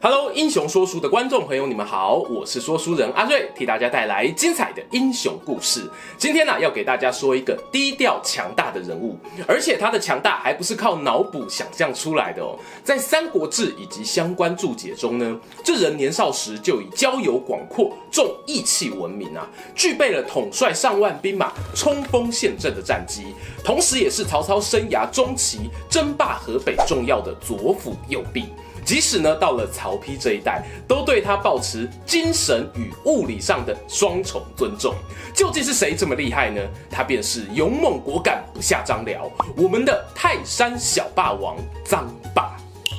Hello， 英雄说书的观众朋友，你们好，我是说书人阿瑞，替大家带来精彩的英雄故事。今天要给大家说一个低调强大的人物，而且他的强大还不是靠脑补想象出来的哦。在《三国志》以及相关注解中呢，这人年少时就以交友广阔、重义气闻名啊，具备了统帅上万兵马、冲锋陷阵的战绩，同时也是曹操生涯中期争霸河北重要的左辅右弼。即使到了曹丕这一代，都对他抱持精神与物理上的双重尊重。究竟是谁这么厉害呢？他便是勇猛果敢不下张辽，我们的泰山小霸王张霸。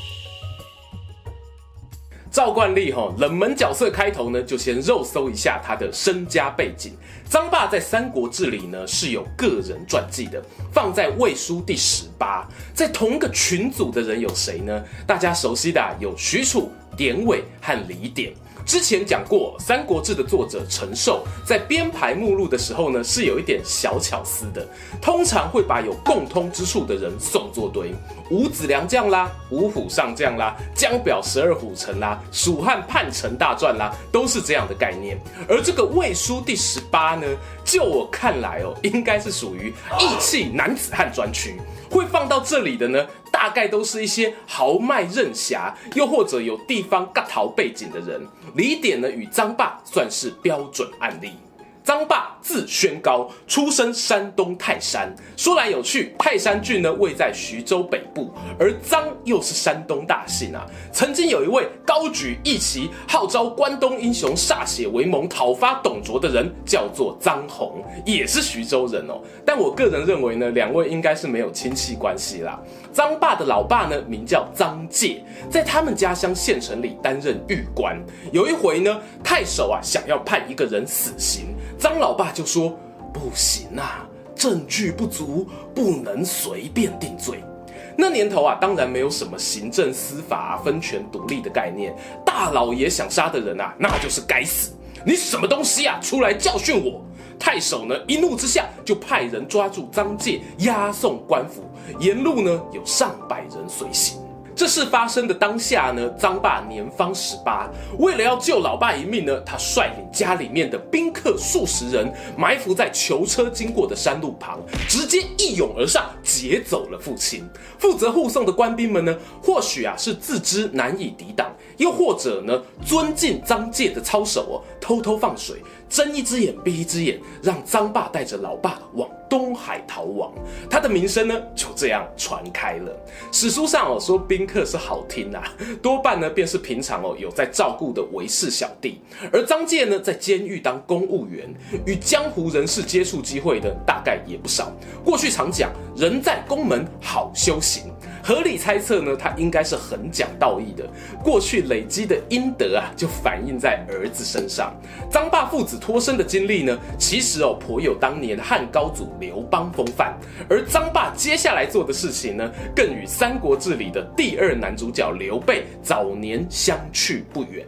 照惯例冷门角色开头就先肉搜一下他的身家背景。张霸在《三国志》里是有个人传记的，放在魏书第18。在同个群组的人有谁呢？大家熟悉的有许褚、典韦和李典。之前讲过，《三国志》的作者陈寿在编排目录的时候是有一点小巧思的，通常会把有共通之处的人送作堆，五子良将啦、五虎上将啦、江表12虎臣啦、蜀汉叛陈大传啦，都是这样的概念。而这个魏书第18呢，就我看来应该是属于义气男子汉专区。会放到这里的呢，大概都是一些豪迈任侠，又或者有地方割桃背景的人。李典与张霸算是标准案例。张霸字宣高，出身山东泰山。说来有趣，泰山郡位在徐州北部，而张又是山东大姓啊。曾经有一位高举义旗，号召关东英雄歃血为盟，讨伐董卓的人，叫做张宏，也是徐州人哦。但我个人认为两位应该是没有亲戚关系啦。张霸的老爸名叫张介，在他们家乡县城里担任狱官。有一回太守想要判一个人死刑。张老爸就说：“不行啊，证据不足，不能随便定罪。”那年头当然没有什么行政司法分权独立的概念，大老爷想杀的人那就是该死。你什么东西出来教训我！太守一怒之下就派人抓住张介，押送官府，沿路有上百人随行。这事发生的当下张霸年方18，为了要救老爸一命他率领家里面的宾客数十人，埋伏在囚车经过的山路旁，直接一拥而上，劫走了父亲。负责护送的官兵们或许是自知难以抵挡，又或者尊敬张介的操守偷偷放水，睁一只眼闭一只眼，让张霸带着老爸往东海逃亡。他的名声就这样传开了。史书上说宾客是好听多半便是平常有在照顾的维氏小弟。而张介在监狱当公务员，与江湖人士接触机会大概也不少。过去常讲人在宫门好修行，合理猜测他应该是很讲道义的。过去累积的阴德就反映在儿子身上。张霸父子脱身的经历其实颇有当年汉高祖刘邦风范。而张霸接下来做的事情更与《三国志》里的第2男主角刘备早年相去不远。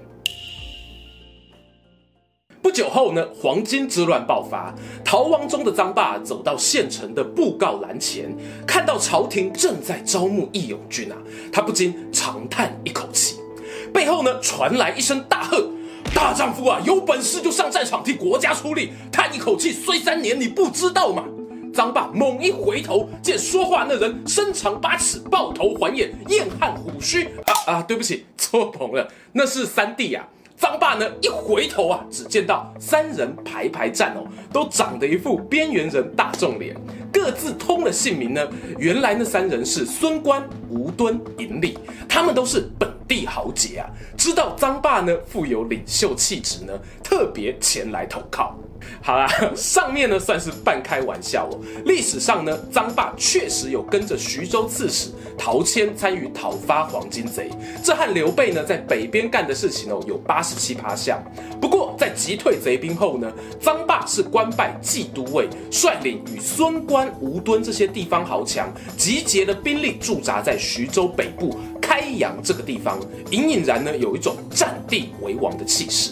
不久后黄巾之乱爆发，逃亡中的张霸走到县城的布告栏前，看到朝廷正在招募义勇军他不禁长叹一口气。背后传来一声大喝：“大丈夫有本事就上战场替国家出力，叹一口气虽3年，你不知道吗？”张霸猛一回头，见说话那人身长8尺，抱头环眼，燕汉虎须。对不起，错棚了，那是三弟张霸一回头只见到3人排排站都长得一副边缘人大众脸，各自通了姓名原来那3人是孙观、吴敦、尹礼，他们都是本地豪杰知道张霸富有领袖气质特别前来投靠。好啦，上面算是半开玩笑历史上张霸确实有跟着徐州刺史陶谦参与讨伐黄巾贼，这和刘备在北边干的事情有87%像。不过在击退贼兵后张霸是官拜冀都尉，率领与孙观、吴敦这些地方豪强，集结了兵力驻扎在徐州北部开阳这个地方，隐隐然有一种占地为王的气势。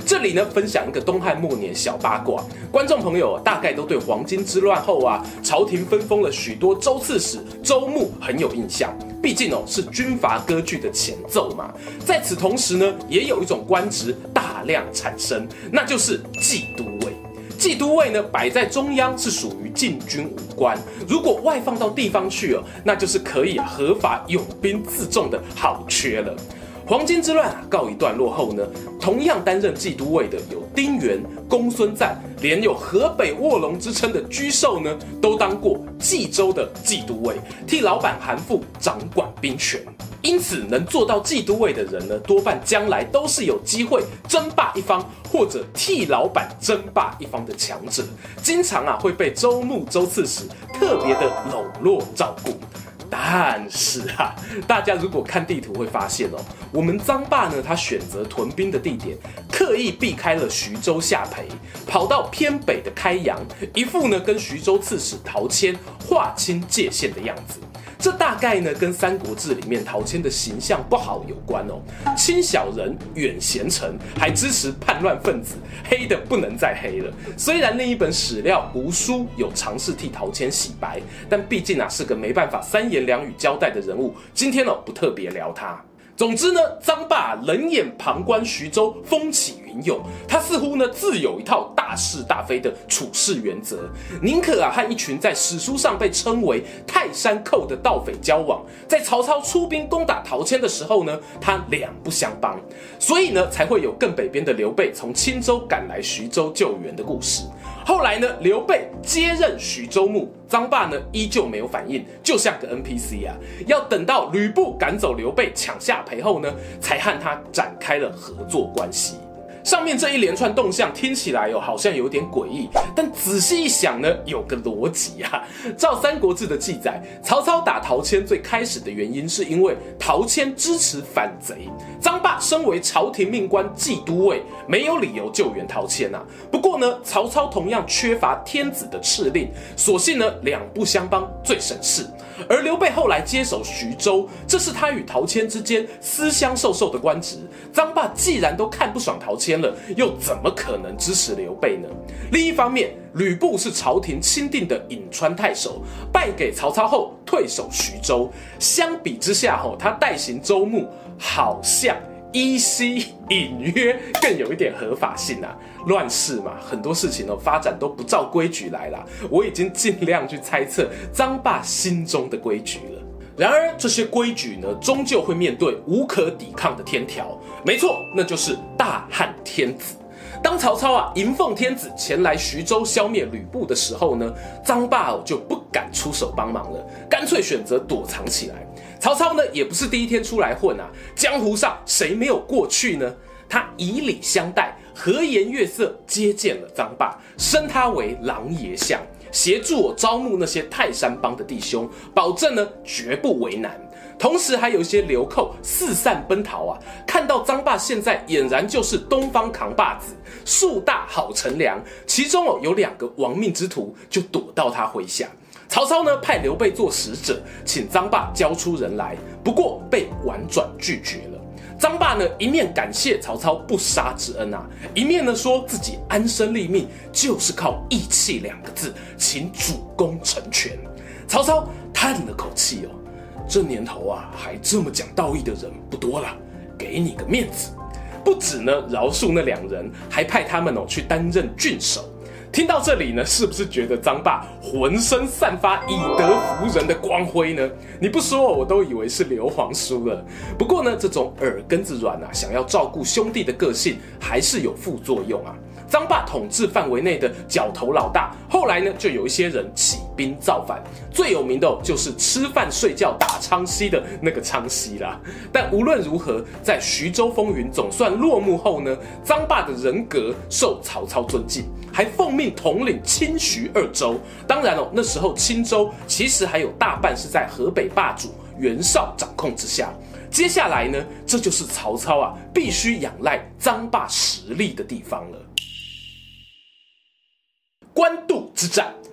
这里呢，分享一个东汉末年小八卦，观众朋友大概都对黄巾之乱后朝廷分封了许多州刺史、州牧很有印象。毕竟是军阀割据的前奏嘛。在此同时呢，也有一种官职大量产生，那就是骑都尉。骑都尉呢，摆在中央是属于禁军武官，如果外放到地方去那就是可以合法拥兵自重的好缺了。黄巾之乱告一段落后呢，同样担任骑都尉的有丁原、公孙瓒，连有河北卧龙之称的居寿呢，都当过冀州的骑都尉，替老板韩馥掌管兵权。因此，能做到骑都尉的人呢，多半将来都是有机会争霸一方，或者替老板争霸一方的强者，经常会被州牧、州刺史特别的笼络照顾。但是大家如果看地图会发现我们臧霸呢，他选择屯兵的地点刻意避开了徐州下邳，跑到偏北的开阳，一副呢跟徐州刺史陶谦划清界限的样子。这大概呢跟《三国志》里面陶谦的形象不好有关轻小人，远贤臣，还支持叛乱分子，黑的不能再黑了。虽然另一本史料吴书有尝试替陶谦洗白，但毕竟是个没办法三言两语交代的人物，今天不特别聊他。总之呢，臧霸冷眼旁观徐州风起云涌，他似乎呢自有一套大是大非的处事原则，宁可和一群在史书上被称为泰山寇的盗匪交往，在曹操出兵攻打陶谦的时候呢，他两不相帮，所以呢才会有更北边的刘备从青州赶来徐州救援的故事。后来呢，刘备接任徐州牧，臧霸呢依旧没有反应，就像个 NPC 要等到吕布赶走刘备，抢下邳后呢，才和他展开了合作关系。上面这一连串动向听起来好像有点诡异，但仔细一想呢，有个逻辑照《三国志》的记载，曹操打陶谦最开始的原因是因为陶谦支持反贼，臧霸身为朝廷命官骑都尉，没有理由救援陶谦不过呢，曹操同样缺乏天子的敕令，所幸呢两不相帮最省事。而刘备后来接手徐州，这是他与陶谦之间私相授受的官职。臧霸既然都看不爽陶谦了，又怎么可能支持刘备呢？另一方面，吕布是朝廷钦定的颍川太守，败给曹操后退守徐州。相比之下，他代行州牧，好像依稀隐约更有一点合法性乱世嘛，很多事情发展都不照规矩来啦。我已经尽量去猜测臧霸心中的规矩了。然而这些规矩呢，终究会面对无可抵抗的天条。没错，那就是大汉天子。当曹操迎奉天子前来徐州消灭吕布的时候呢，臧霸就不敢出手帮忙了，干脆选择躲藏起来。曹操呢也不是第一天出来混江湖上谁没有过去呢？他以礼相待，和颜悦色接见了臧霸，升他为狼爷相，协助我招募那些泰山帮的弟兄，保证呢绝不为难。同时还有一些流寇四散奔逃看到臧霸现在俨然就是东方扛把子，树大好乘凉，其中有2个亡命之徒就躲到他麾下。曹操呢派刘备做使者，请臧霸交出人来，不过被婉转拒绝了。臧霸呢一面感谢曹操不杀之恩一面呢说自己安身立命就是靠义气2个字，请主公成全。曹操叹了口气这年头还这么讲道义的人不多了，给你个面子。不止呢饶恕那2人，还派他们去担任郡守。听到这里呢，是不是觉得臧霸浑身散发以德服人的光辉呢？你不说我都以为是刘皇叔了。不过呢，这种耳根子软想要照顾兄弟的个性还是有副作用臧霸统治范围内的角头老大，后来呢就有一些人起兵造反，最有名的就是吃饭睡觉打昌西的那个昌西啦。但无论如何，在徐州风云总算落幕后呢，臧霸的人格受曹操尊敬，还奉命统领清徐2州。当然那时候青州其实还有大半是在河北霸主袁绍掌控之下。接下来呢，这就是曹操必须仰赖臧霸实力的地方了。官渡之战，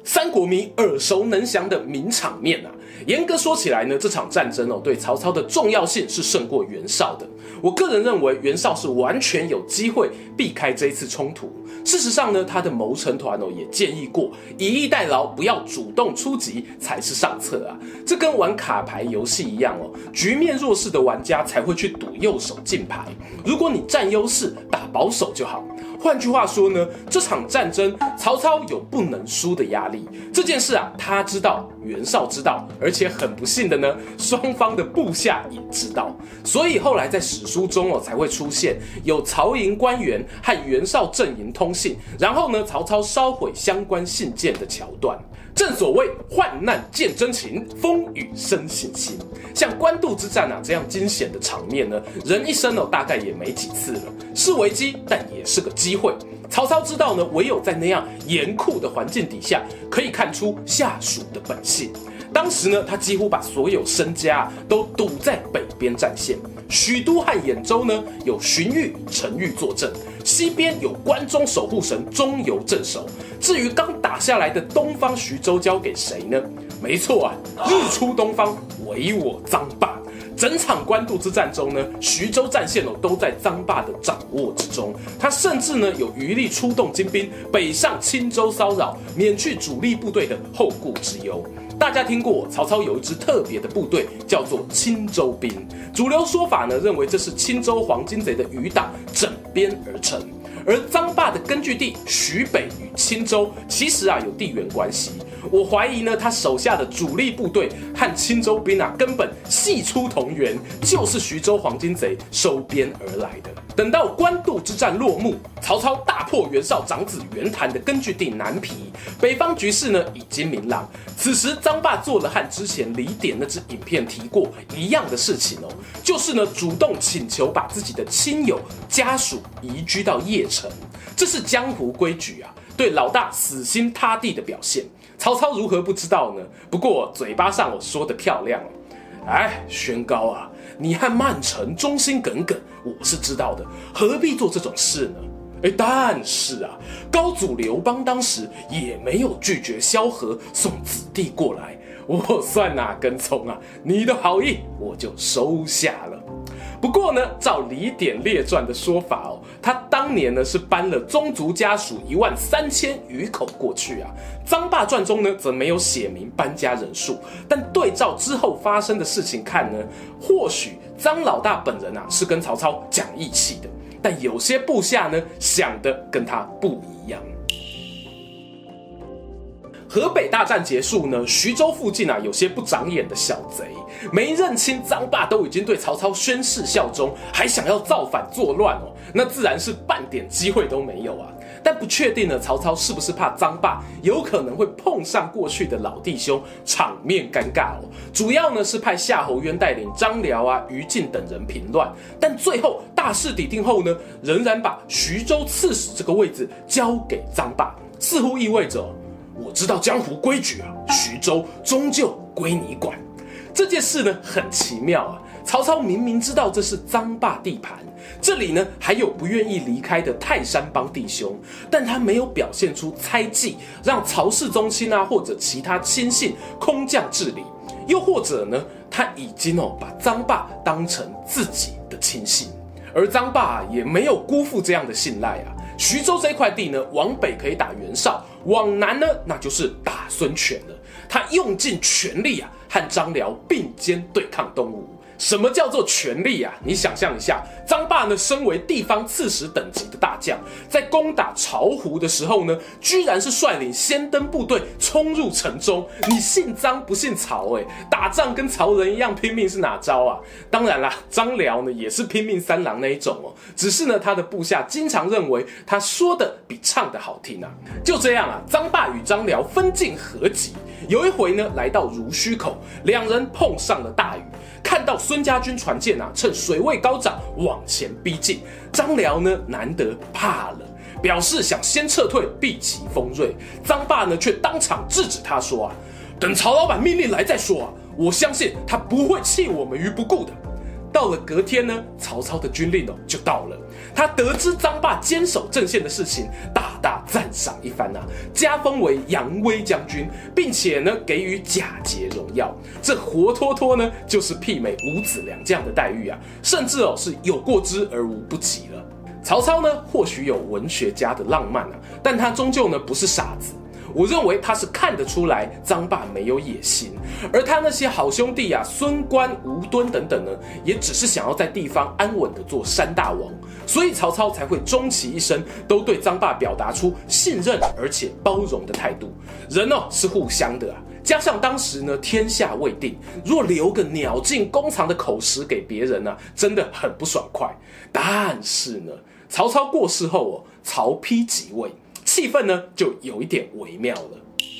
三国迷耳熟能详的名场面啊。严格说起来呢，这场战争对曹操的重要性是胜过袁绍的。我个人认为袁绍是完全有机会避开这一次冲突。事实上呢，他的谋臣团也建议过，以逸待劳，不要主动出击才是上策啊。这跟玩卡牌游戏一样局面弱势的玩家才会去赌右手进牌，如果你占优势，打保守就好。换句话说呢，这场战争曹操有不能输的压力。这件事啊，他知道，袁绍知道，而且很不幸的呢，双方的部下也知道。所以后来在史书中才会出现有曹营官员和袁绍阵营通信，然后呢，曹操烧毁相关信件的桥段。正所谓患难见真情，风雨生信心。像官渡之战这样惊险的场面呢，人一生大概也没几次了，是危机，但也是个机会。曹操知道呢，唯有在那样严酷的环境底下，可以看出下属的本性。当时呢，他几乎把所有身家都赌在北边战线，许都和兖州呢有荀彧、陈馭坐镇，西边有关中守护神钟繇镇守。至于刚打下来的东方徐州交给谁呢？没错啊，日出东方，唯我臧霸。整场官渡之战中呢，徐州战线都在臧霸的掌握之中。他甚至呢有余力出动精兵北上青州骚扰，免去主力部队的后顾之忧。大家听过曹操有一支特别的部队叫做青州兵，主流说法呢认为这是青州黄巾贼的余党整编而成。而臧霸的根据地徐北与青州其实有地缘关系，我怀疑呢他手下的主力部队和青州兵根本系出同源，就是徐州黄巾贼收编而来的。等到官渡之战落幕，曹操大破袁绍长子袁谭的根据地南皮，北方局势呢已经明朗。此时臧霸做了和之前李典那支影片提过一样的事情就是呢主动请求把自己的亲友家属移居到邺城，这是江湖规矩对老大死心塌地的表现。曹操如何不知道呢？不过嘴巴上我说得漂亮宣高你和曼城忠心耿耿，我是知道的，何必做这种事呢？但是高祖刘邦当时也没有拒绝萧何送子弟过来，我算哪根葱你的好意我就收下了。不过呢，照李典列传的说法他当年呢是搬了宗族家属13000余口过去臧霸传中呢则没有写明搬家人数，但对照之后发生的事情看呢，或许臧老大本人是跟曹操讲义气的，但有些部下呢想的跟他不一样。河北大战结束呢，徐州附近有些不长眼的小贼，没认清臧霸都已经对曹操宣誓效忠，还想要造反作乱那自然是半点机会都没有但不确定呢，曹操是不是怕臧霸有可能会碰上过去的老弟兄，场面尴尬主要呢是派夏侯渊带领张辽于禁等人平乱，但最后大势已定后呢，仍然把徐州刺史这个位置交给臧霸，似乎意味着我知道江湖规矩徐州终究归你管。这件事呢很奇妙曹操明明知道这是臧霸地盘，这里呢还有不愿意离开的泰山帮弟兄，但他没有表现出猜忌，让曹氏宗亲或者其他亲信空降治理，又或者呢他已经把臧霸当成自己的亲信，而臧霸也没有辜负这样的信赖徐州这块地呢，往北可以打袁绍，往南呢那就是打孙权了。他用尽全力和张辽并肩对抗东吴。什么叫做全力你想象一下，臧霸呢身为地方刺史等级的大将，在攻打巢湖的时候呢，居然是率领先登部队冲入城中。你姓臧不姓曹打仗跟曹仁一样拼命是哪招当然啦，张辽呢也是拼命三郎那一种只是呢他的部下经常认为他说的比唱的好听就这样臧霸与张辽分进合击。有一回呢来到濡须口，两人碰上了大雨，看到孙家军船舰趁水位高涨往前逼近，张辽呢难得怕了，表示想先撤退避其锋锐。臧霸呢却当场制止他说等曹老板命令来再说我相信他不会弃我们于不顾的。 到了隔天呢，曹操的军令就到了。他得知张霸坚守阵线的事情，大大赞赏一番加封为扬威将军，并且呢给予甲节荣耀。这活脱脱呢就是媲美五子良将的待遇甚至是有过之而无不及了。曹操呢或许有文学家的浪漫但他终究呢不是傻子。我认为他是看得出来张霸没有野心，而他那些好兄弟孙关、吴敦等等呢，也只是想要在地方安稳的做山大王，所以曹操才会终其一生都对张霸表达出信任而且包容的态度。人是互相的加上当时呢天下未定，若留个鸟尽弓藏的口实给别人真的很不爽快。但是呢，曹操过世后曹丕即位，气氛呢就有一点微妙了。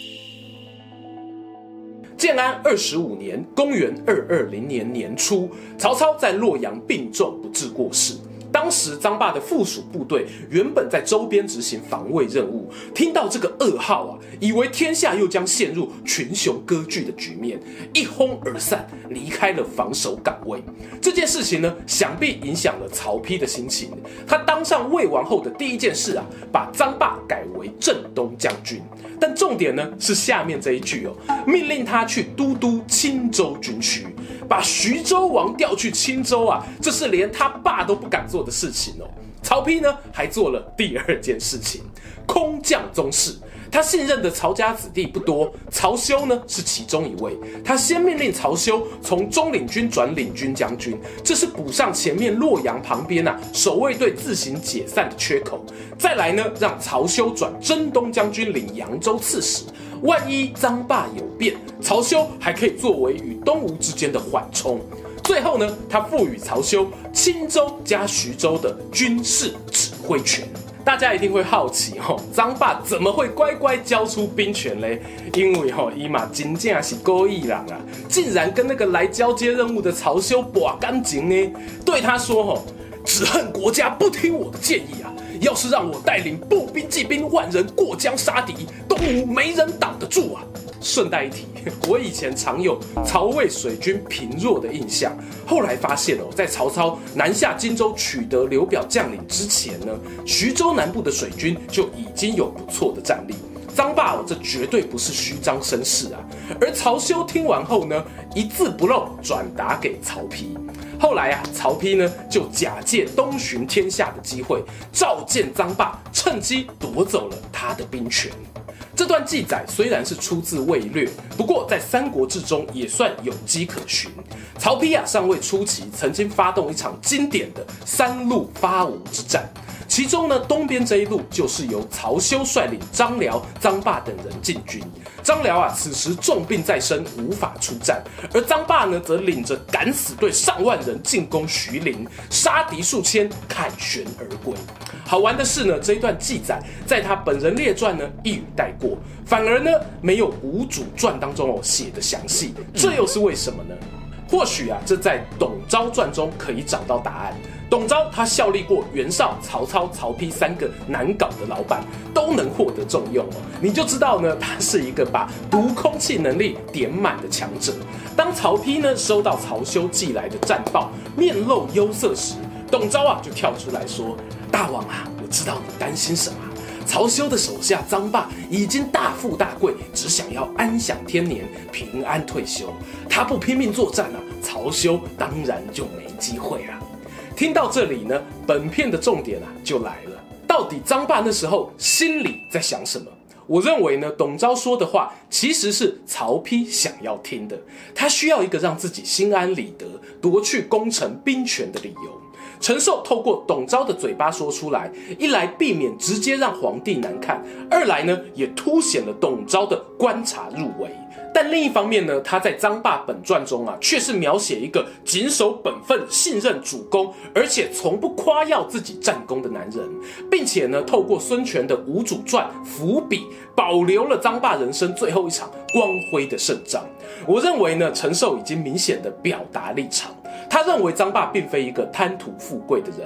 建安25年，公元220年年初，曹操在洛阳病重不治过世。当时张霸的附属部队原本在周边执行防卫任务，听到这个噩耗以为天下又将陷入群雄割据的局面，一哄而散，离开了防守岗位。这件事情呢，想必影响了曹丕的心情。他当上魏王后的第一件事把张霸改为镇东将军。但重点呢是下面这一句命令他去都督青州军区，把徐州王调去青州这是连他爸都不敢做的事情曹丕呢还做了第二件事情，空降宗室。他信任的曹家子弟不多，曹休呢是其中一位。他先命令曹休从中领军转领军将军，这是补上前面洛阳旁边守卫队自行解散的缺口。再来呢，让曹休转征东将军，领扬州刺史。万一张霸有变，曹休还可以作为与东吴之间的缓冲。最后呢，他赋予曹休青州加徐州的军事指挥权。大家一定会好奇张霸怎么会乖乖交出兵权嘞？因为他嘛真正是故意人竟然跟那个来交接任务的曹休拔干净呢，对他说只恨国家不听我的建议要是让我带领步兵骑兵万人过江杀敌，东吴没人挡得住顺带一提，我以前常有曹魏水军贫弱的印象，后来发现在曹操南下荆州取得刘表将领之前呢，徐州南部的水军就已经有不错的战力。张霸这绝对不是虚张声势而曹休听完后呢，一字不漏转达给曹丕。后来曹丕呢就假借东巡天下的机会，召见张霸，趁机夺走了他的兵权。这段记载虽然是出自《魏略》，不过在《三国志》中也算有迹可循。曹丕上位初期曾经发动一场经典的3路发吴之战，其中呢东边这一路就是由曹休率领张辽、张霸等人进军。张辽此时重病在身，无法出战，而张霸呢则领着敢死队上万人进攻徐陵，杀敌数千，凯旋而归。好玩的是呢，这一段记载在他本人列传呢一语带过，反而呢没有吴主传当中写的详细，这又是为什么呢？或许这在董昭传中可以找到答案。董昭他效力过袁绍、曹操、曹丕3个难搞的老板，都能获得重用你就知道呢，他是一个把读空气能力点满的强者。当曹丕呢收到曹休寄来的战报，面露忧色时，董昭就跳出来说：“大王我知道你担心什么。曹休的手下张霸已经大富大贵，只想要安享天年，平安退休。他不拼命作战曹休当然就没机会了。”听到这里呢，本片的重点就来了，到底张霸那时候心里在想什么？我认为呢，董昭说的话其实是曹丕想要听的，他需要一个让自己心安理得、夺去功臣兵权的理由。陈寿透过董昭的嘴巴说出来，一来避免直接让皇帝难看，二来呢也凸显了董昭的观察入微。但另一方面呢，他在张霸本传中却是描写一个谨守本分、信任主公，而且从不夸耀自己战功的男人，并且呢，透过孙权的吴主传伏笔，保留了张霸人生最后一场光辉的胜仗。我认为呢，陈寿已经明显的表达立场，他认为张霸并非一个贪图富贵的人。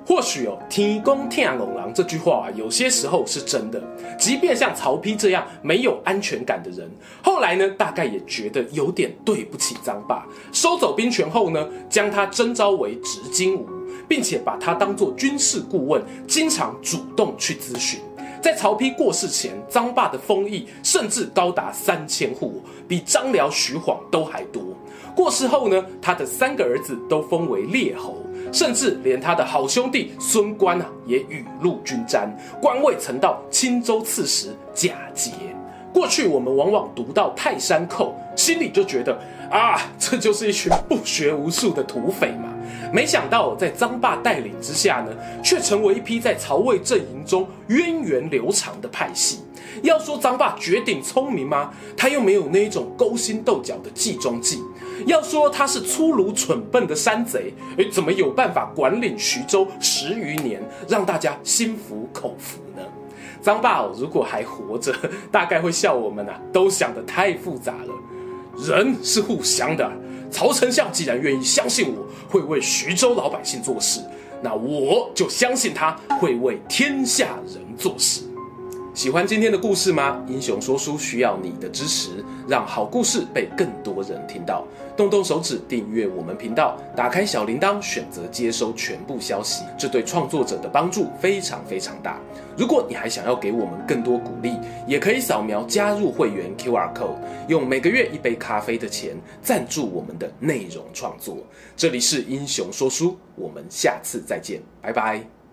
或许天公疼憨人这句话有些时候是真的。即便像曹丕这样没有安全感的人，后来呢，大概也觉得有点对不起臧霸，收走兵权后呢，将他征召为执金吾，并且把他当作军事顾问，经常主动去咨询。在曹丕过世前，臧霸的封邑甚至高达3000户，比张辽、徐晃都还多。过世后呢，他的3个儿子都封为列侯，甚至连他的好兄弟孙观也雨露均沾，官位曾到青州刺史贾节。过去我们往往读到泰山寇，心里就觉得这就是一群不学无术的土匪嘛。没想到在臧霸带领之下呢，却成为一批在曹魏阵营中源远流长的派系。要说臧霸绝顶聪明吗？他又没有那一种勾心斗角的计中计。要说他是粗鲁蠢笨的山贼，怎么有办法管理徐州10余年，让大家心服口服呢？臧霸如果还活着，大概会笑我们都想得太复杂了。人是互相的，曹丞相既然愿意相信我会为徐州老百姓做事，那我就相信他会为天下人做事。喜欢今天的故事吗？英雄说书需要你的支持，让好故事被更多人听到。动动手指订阅我们频道，打开小铃铛，选择接收全部消息，这对创作者的帮助非常非常大。如果你还想要给我们更多鼓励，也可以扫描加入会员 QR Code， 用每个月1杯咖啡的钱赞助我们的内容创作。这里是英雄说书，我们下次再见，拜拜。